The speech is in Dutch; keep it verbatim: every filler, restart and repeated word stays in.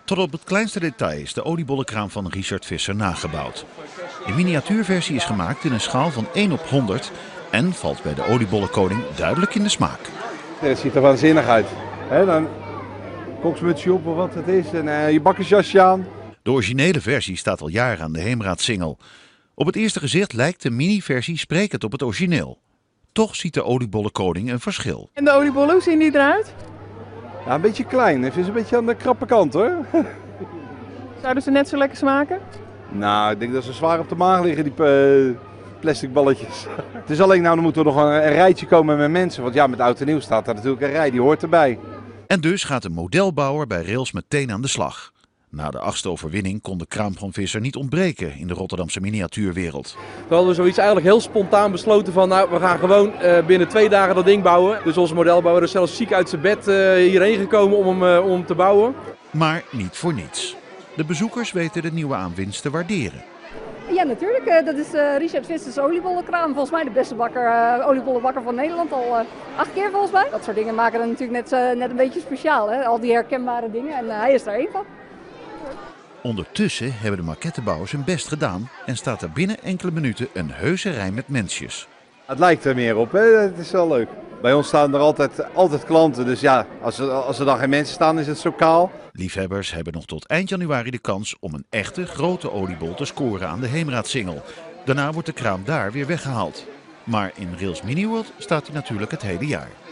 Tot op het kleinste detail is de oliebollenkraam van Richard Visser nagebouwd. De miniatuurversie is gemaakt in een schaal van één op honderd en valt bij de oliebollenkoning duidelijk in de smaak. Het ziet er waanzinnig uit. He, dan koksmutsje op of wat het is en uh, je bakkersjasje aan. De originele versie staat al jaren aan de Heemraadsingel. Op het eerste gezicht lijkt de mini-versie sprekend op het origineel. Toch ziet de oliebollenkoning een verschil. En de oliebollen, hoe zien die eruit? Ja, een beetje klein. Het is een beetje aan de krappe kant hoor. Zouden ze net zo lekker smaken? Nou, ik denk dat ze zwaar op de maag liggen, die uh, plastic balletjes. Het is alleen, nou dan moet er nog een, een rijtje komen met mensen. Want ja, met oud en nieuw staat daar natuurlijk een rij, die hoort erbij. En dus gaat de modelbouwer bij Rails meteen aan de slag. Na de achtste overwinning kon de kraam van Visser niet ontbreken in de Rotterdamse miniatuurwereld. We hadden zoiets eigenlijk heel spontaan besloten van nou, we gaan gewoon uh, binnen twee dagen dat ding bouwen. Dus onze modelbouwer is zelfs ziek uit zijn bed uh, hierheen gekomen om hem, uh, om hem te bouwen. Maar niet voor niets. De bezoekers weten de nieuwe aanwinst te waarderen. Ja, natuurlijk. Uh, dat is uh, Richard Visser's oliebollenkraam. Volgens mij de beste bakker, uh, oliebollenbakker van Nederland. Al uh, acht keer volgens mij. Dat soort dingen maken het natuurlijk net, uh, net een beetje speciaal. Hè? Al die herkenbare dingen. En uh, hij is daar één van. Ondertussen hebben de maquettebouwers hun best gedaan en staat er binnen enkele minuten een heuse rij met mensjes. Het lijkt er meer op, hè? Het is wel leuk. Bij ons staan er altijd, altijd klanten, dus ja, als er, als er dan geen mensen staan is het zo kaal. Liefhebbers hebben nog tot eind januari de kans om een echte grote oliebol te scoren aan de Heemraadsingel. Daarna wordt de kraam daar weer weggehaald. Maar in Rails Mini World staat hij natuurlijk het hele jaar.